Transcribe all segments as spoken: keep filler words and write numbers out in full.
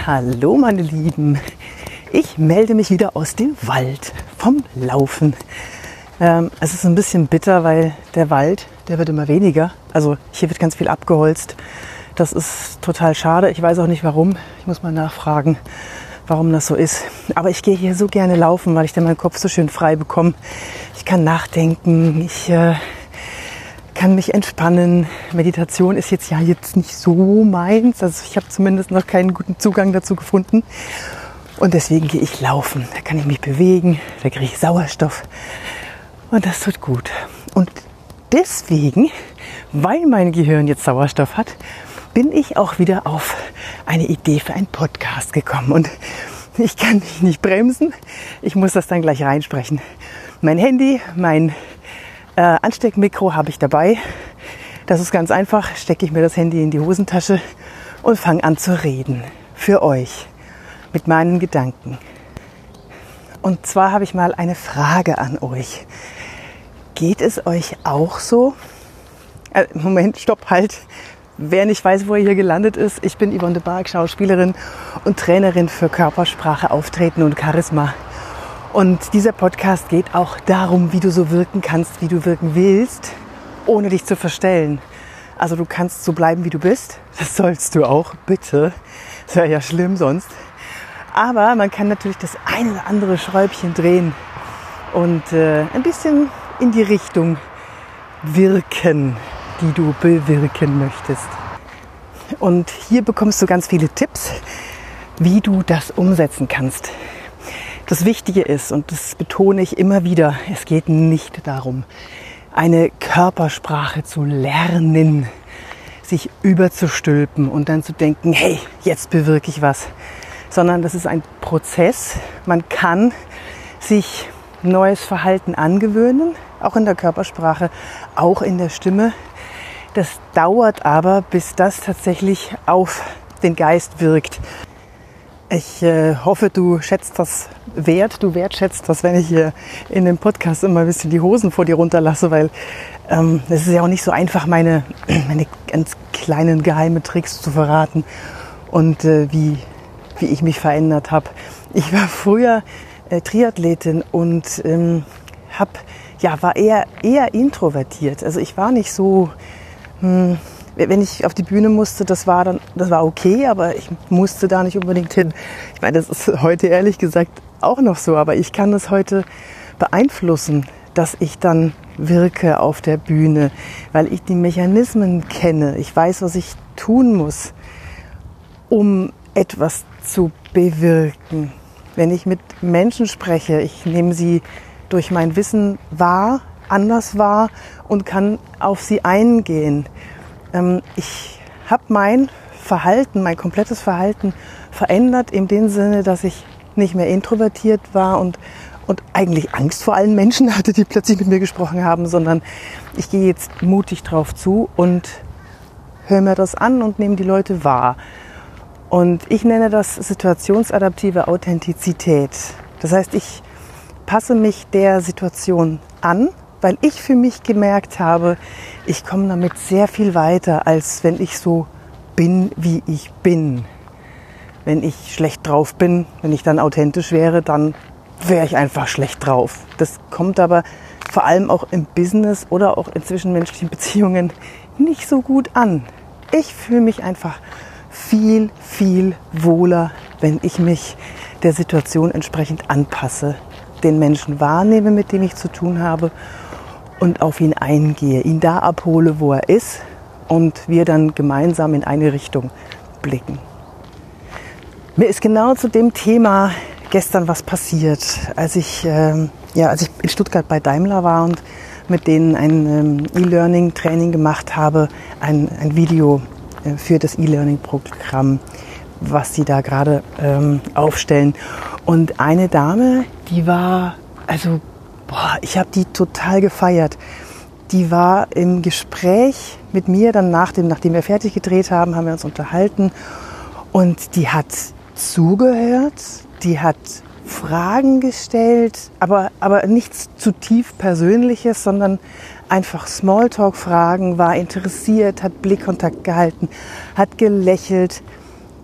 Hallo meine Lieben, ich melde mich wieder aus dem Wald vom Laufen. Ähm, es ist ein bisschen bitter, weil der Wald, der wird immer weniger. Also hier wird ganz viel abgeholzt. Das ist total schade. Ich weiß auch nicht warum. Ich muss mal nachfragen, warum das so ist. Aber ich gehe hier so gerne laufen, weil ich dann meinen Kopf so schön frei bekomme. Ich kann nachdenken, ich äh, kann mich entspannen. Meditation ist jetzt ja jetzt nicht so meins. Also ich habe zumindest noch keinen guten Zugang dazu gefunden. Und deswegen gehe ich laufen. Da kann ich mich bewegen, da kriege ich Sauerstoff. Und das tut gut. Und deswegen, weil mein Gehirn jetzt Sauerstoff hat, bin ich auch wieder auf eine Idee für einen Podcast gekommen. Und ich kann mich nicht bremsen. Ich muss das dann gleich reinsprechen. Mein Handy, mein äh, Ansteckmikro habe ich dabei. Das ist ganz einfach. Stecke ich mir das Handy in die Hosentasche und fange an zu reden. Für euch. Mit meinen Gedanken. Und zwar habe ich mal eine Frage an euch. Geht es euch auch so? Äh, Moment, stopp, halt. Wer nicht weiß, wo er hier gelandet ist, ich bin Yvonne de Barg, Schauspielerin und Trainerin für Körpersprache, Auftreten und Charisma. Und dieser Podcast geht auch darum, wie du so wirken kannst, wie du wirken willst, ohne dich zu verstellen. Also du kannst so bleiben, wie du bist. Das sollst du auch, bitte. Das wäre ja schlimm sonst. Aber man kann natürlich das ein oder andere Schräubchen drehen und äh, ein bisschen in die Richtung wirken, die du bewirken möchtest. Und hier bekommst du ganz viele Tipps, wie du das umsetzen kannst. Das Wichtige ist, und das betone ich immer wieder, es geht nicht darum, eine Körpersprache zu lernen, sich überzustülpen und dann zu denken, hey, jetzt bewirke ich was. Sondern das ist ein Prozess. Man kann sich neues Verhalten angewöhnen, auch in der Körpersprache, auch in der Stimme. Das dauert aber, bis das tatsächlich auf den Geist wirkt. Ich äh, hoffe, du schätzt das wert, du wertschätzt das, wenn ich hier in dem Podcast immer ein bisschen die Hosen vor dir runterlasse, weil ähm, es ist ja auch nicht so einfach, meine, meine ganz kleinen geheime Tricks zu verraten und äh, wie wie ich mich verändert habe. Ich war früher äh, Triathletin und ähm, hab, ja, war eher, eher introvertiert. Also ich war nicht so, hm, wenn ich auf die Bühne musste, das war dann, das war okay, aber ich musste da nicht unbedingt hin. Ich meine, das ist heute ehrlich gesagt auch noch so, aber ich kann das heute beeinflussen, dass ich dann wirke auf der Bühne, weil ich die Mechanismen kenne. Ich weiß, was ich tun muss, um etwas zu bewirken. Wenn ich mit Menschen spreche, ich nehme sie durch mein Wissen wahr, anders wahr und kann auf sie eingehen. Ähm, ich habe mein Verhalten, mein komplettes Verhalten verändert in dem Sinne, dass ich nicht mehr introvertiert war und, und eigentlich Angst vor allen Menschen hatte, die plötzlich mit mir gesprochen haben, sondern ich gehe jetzt mutig drauf zu und höre mir das an und nehme die Leute wahr. Und ich nenne das situationsadaptive Authentizität. Das heißt, ich passe mich der Situation an, weil ich für mich gemerkt habe, ich komme damit sehr viel weiter, als wenn ich so bin, wie ich bin. Wenn ich schlecht drauf bin, wenn ich dann authentisch wäre, dann wäre ich einfach schlecht drauf. Das kommt aber vor allem auch im Business oder auch in zwischenmenschlichen Beziehungen nicht so gut an. Ich fühle mich einfach viel, viel wohler, wenn ich mich der Situation entsprechend anpasse, den Menschen wahrnehme, mit dem ich zu tun habe und auf ihn eingehe, ihn da abhole, wo er ist und wir dann gemeinsam in eine Richtung blicken. Mir ist genau zu dem Thema gestern was passiert, als ich, ähm, ja, als ich in Stuttgart bei Daimler war und mit denen ein ähm, E-Learning-Training gemacht habe, ein, ein Video für das E-Learning-Programm, was sie da gerade ähm, aufstellen. Und eine Dame, die war, also, boah, ich habe die total gefeiert. Die war im Gespräch mit mir, dann nach dem, nachdem wir fertig gedreht haben, haben wir uns unterhalten. Und die hat zugehört, die hat Fragen gestellt, aber, aber nichts zu tief Persönliches, sondern einfach Smalltalk-Fragen, war interessiert, hat Blickkontakt gehalten, hat gelächelt.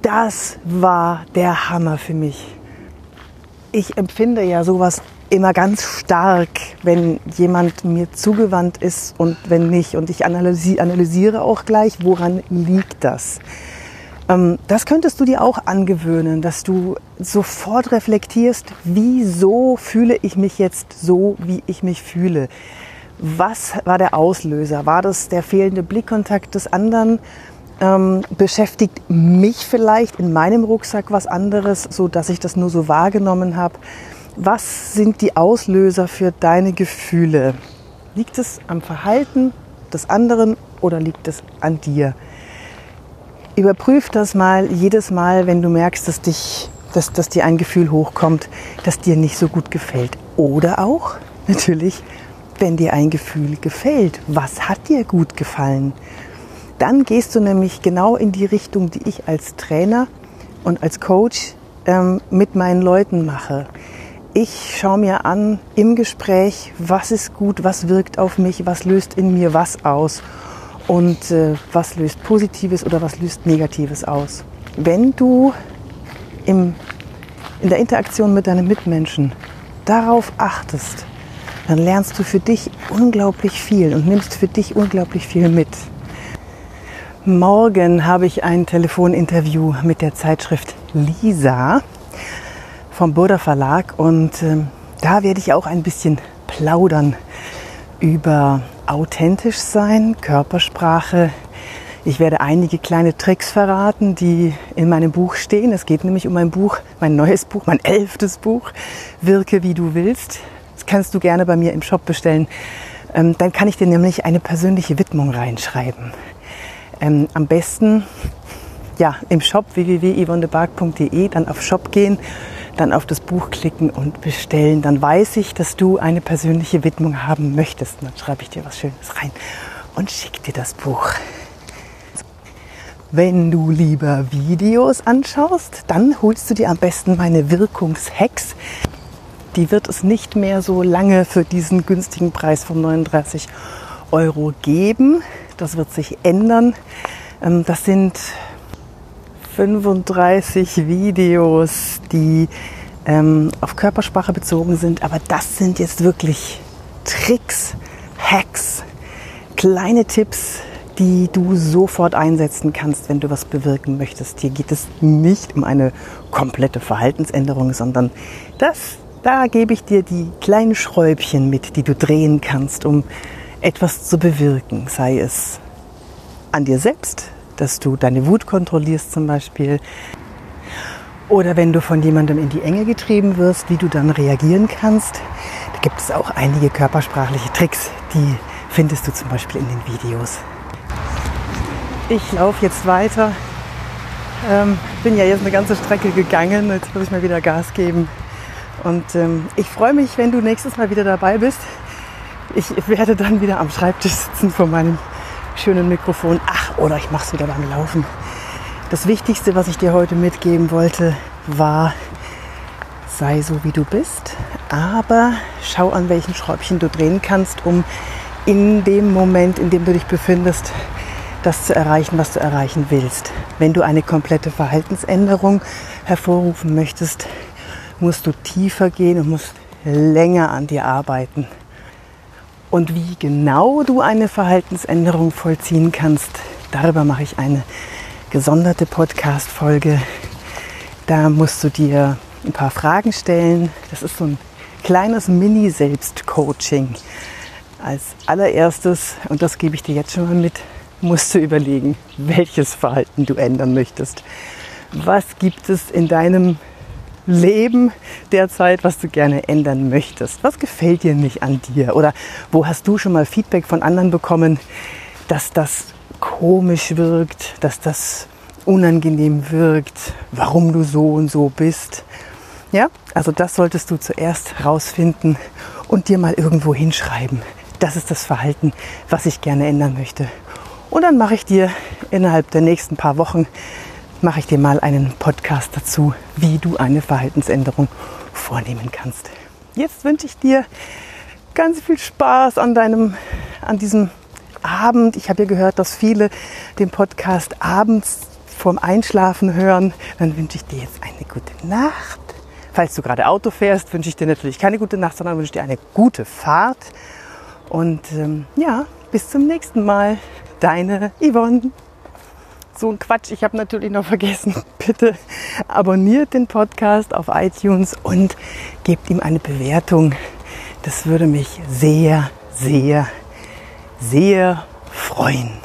das war der Hammer für mich. Ich empfinde ja sowas immer ganz stark, wenn jemand mir zugewandt ist und wenn nicht. Und ich analysi- analysiere auch gleich, woran liegt das. Ähm, das könntest du dir auch angewöhnen, dass du sofort reflektierst, wieso fühle ich mich jetzt so, wie ich mich fühle. Was war der Auslöser? War das der fehlende Blickkontakt des anderen? Ähm, beschäftigt mich vielleicht in meinem Rucksack was anderes, so dass ich das nur so wahrgenommen habe? Was sind die Auslöser für deine Gefühle? Liegt es am Verhalten des anderen oder liegt es an dir? Überprüf das mal jedes Mal, wenn du merkst, dass, dich, dass, dass dir ein Gefühl hochkommt, das dir nicht so gut gefällt. Oder auch, natürlich, wenn dir ein Gefühl gefällt. Was hat dir gut gefallen? Dann gehst du nämlich genau in die Richtung, die ich als Trainer und als Coach ähm, mit meinen Leuten mache. Ich schaue mir an im Gespräch, was ist gut, was wirkt auf mich, was löst in mir was aus und äh, was löst Positives oder was löst Negatives aus. Wenn du im, in der Interaktion mit deinen Mitmenschen darauf achtest, dann lernst du für dich unglaublich viel und nimmst für dich unglaublich viel mit. Morgen habe ich ein Telefoninterview mit der Zeitschrift Lisa vom Burda Verlag und äh, da werde ich auch ein bisschen plaudern über authentisch sein, Körpersprache. Ich werde einige kleine Tricks verraten, die in meinem Buch stehen. Es geht nämlich um mein Buch, mein neues Buch, mein elftes Buch, Wirke wie du willst. Das kannst du gerne bei mir im Shop bestellen. Ähm, dann kann ich dir nämlich eine persönliche Widmung reinschreiben. Ähm, am besten ja, im Shop w w w punkt yvonne de barg punkt d e, dann auf Shop gehen, dann auf das Buch klicken und bestellen. Dann weiß ich, dass du eine persönliche Widmung haben möchtest. Und dann schreibe ich dir was Schönes rein und schicke dir das Buch. Wenn du lieber Videos anschaust, dann holst du dir am besten meine Wirkungshacks. Die wird es nicht mehr so lange für diesen günstigen Preis von neununddreißig Euro geben. Das wird sich ändern. Das sind fünfunddreißig Videos, die ähm, auf Körpersprache bezogen sind. Aber das sind jetzt wirklich Tricks, Hacks, kleine Tipps, die du sofort einsetzen kannst, wenn du was bewirken möchtest. Hier geht es nicht um eine komplette Verhaltensänderung, sondern das, da gebe ich dir die kleinen Schräubchen mit, die du drehen kannst, um etwas zu bewirken. Sei es an dir selbst, dass du deine Wut kontrollierst zum Beispiel. Oder wenn du von jemandem in die Enge getrieben wirst, wie du dann reagieren kannst. Da gibt es auch einige körpersprachliche Tricks, die findest du zum Beispiel in den Videos. Ich laufe jetzt weiter. Ähm, bin ja jetzt eine ganze Strecke gegangen. Jetzt muss ich mal wieder Gas geben. Und ähm, ich freue mich, wenn du nächstes Mal wieder dabei bist. Ich werde dann wieder am Schreibtisch sitzen vor meinem schönen Mikrofon. Ach, oder ich mache es wieder beim Laufen. Das Wichtigste, was ich dir heute mitgeben wollte, war, sei so wie du bist, aber schau an, welchen Schräubchen du drehen kannst, um in dem Moment, in dem du dich befindest, das zu erreichen, was du erreichen willst. Wenn du eine komplette Verhaltensänderung hervorrufen möchtest, musst du tiefer gehen und musst länger an dir arbeiten. Und wie genau du eine Verhaltensänderung vollziehen kannst, darüber mache ich eine gesonderte Podcast-Folge. Da musst du dir ein paar Fragen stellen. Das ist so ein kleines Mini-Selbstcoaching. Als allererstes, und das gebe ich dir jetzt schon mal mit, musst du überlegen, welches Verhalten du ändern möchtest. Was gibt es in deinem Leben derzeit, was du gerne ändern möchtest? Was gefällt dir nicht an dir? Oder wo hast du schon mal Feedback von anderen bekommen, dass das komisch wirkt, dass das unangenehm wirkt, warum du so und so bist? Ja, also das solltest du zuerst rausfinden und dir mal irgendwo hinschreiben. Das ist das Verhalten, was ich gerne ändern möchte. Und dann mache ich dir innerhalb der nächsten paar Wochen mache ich dir mal einen Podcast dazu, wie du eine Verhaltensänderung vornehmen kannst. Jetzt wünsche ich dir ganz viel Spaß an deinem, an diesem Abend. Ich habe ja gehört, dass viele den Podcast abends vorm Einschlafen hören, dann wünsche ich dir jetzt eine gute Nacht. Falls du gerade Auto fährst, wünsche ich dir natürlich keine gute Nacht, sondern wünsche dir eine gute Fahrt. Und ähm, ja, bis zum nächsten Mal. Deine Yvonne. So ein Quatsch, ich habe natürlich noch vergessen. Bitte abonniert den Podcast auf iTunes und gebt ihm eine Bewertung. Das würde mich sehr, sehr, sehr freuen.